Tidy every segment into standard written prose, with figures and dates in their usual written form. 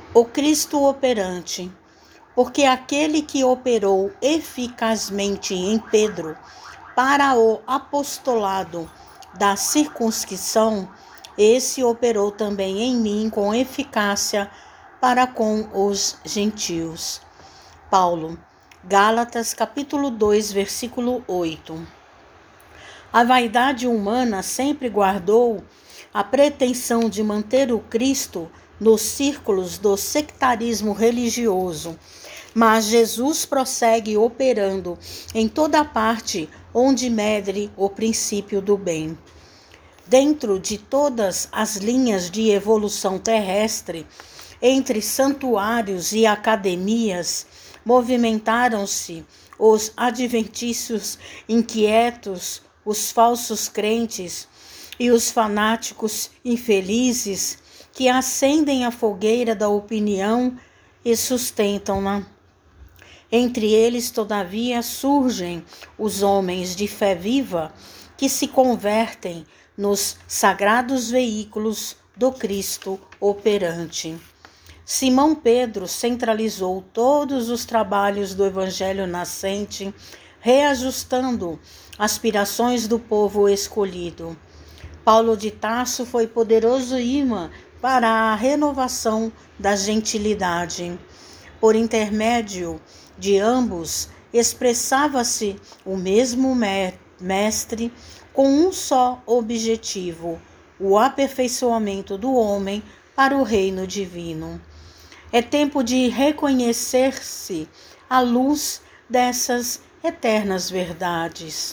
O Cristo operante, porque aquele que operou eficazmente em Pedro para o apostolado da circuncisão, esse operou também em mim com eficácia para com os gentios. Paulo, Gálatas capítulo 2, versículo 8. A vaidade humana sempre guardou a pretensão de manter o Cristo nos círculos do sectarismo religioso, mas Jesus prossegue operando em toda parte onde medre o princípio do bem. Dentro de todas as linhas de evolução terrestre, entre santuários e academias, movimentaram-se os adventícios inquietos, os falsos crentes e os fanáticos infelizes que acendem a fogueira da opinião e sustentam-na. Entre eles, todavia, surgem os homens de fé viva que se convertem nos sagrados veículos do Cristo operante. Simão Pedro centralizou todos os trabalhos do Evangelho nascente, reajustando aspirações do povo escolhido. Paulo de Tarso foi poderoso imã para a renovação da gentilidade. Por intermédio de ambos, expressava-se o mesmo mestre com um só objetivo: o aperfeiçoamento do homem para o reino divino. É tempo de reconhecer-se à luz dessas eternas verdades.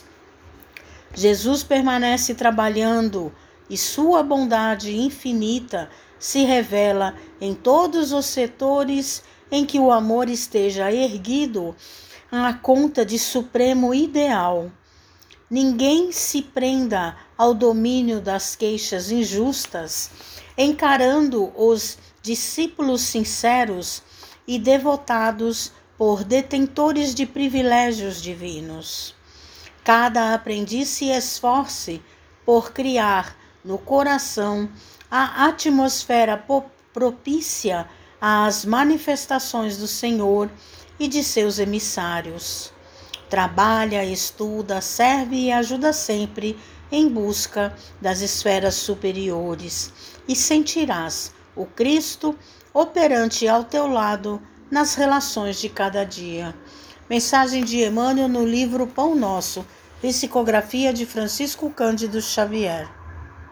Jesus permanece trabalhando e sua bondade infinita se revela em todos os setores em que o amor esteja erguido à conta de supremo ideal. Ninguém se prenda ao domínio das queixas injustas, encarando os discípulos sinceros e devotados por detentores de privilégios divinos. Cada aprendiz se esforce por criar no coração a atmosfera propícia às manifestações do Senhor e de seus emissários. Trabalha, estuda, serve e ajuda sempre em busca das esferas superiores e sentirás o Cristo operante ao teu lado nas relações de cada dia. Mensagem de Emmanuel no livro Pão Nosso, psicografia de Francisco Cândido Xavier.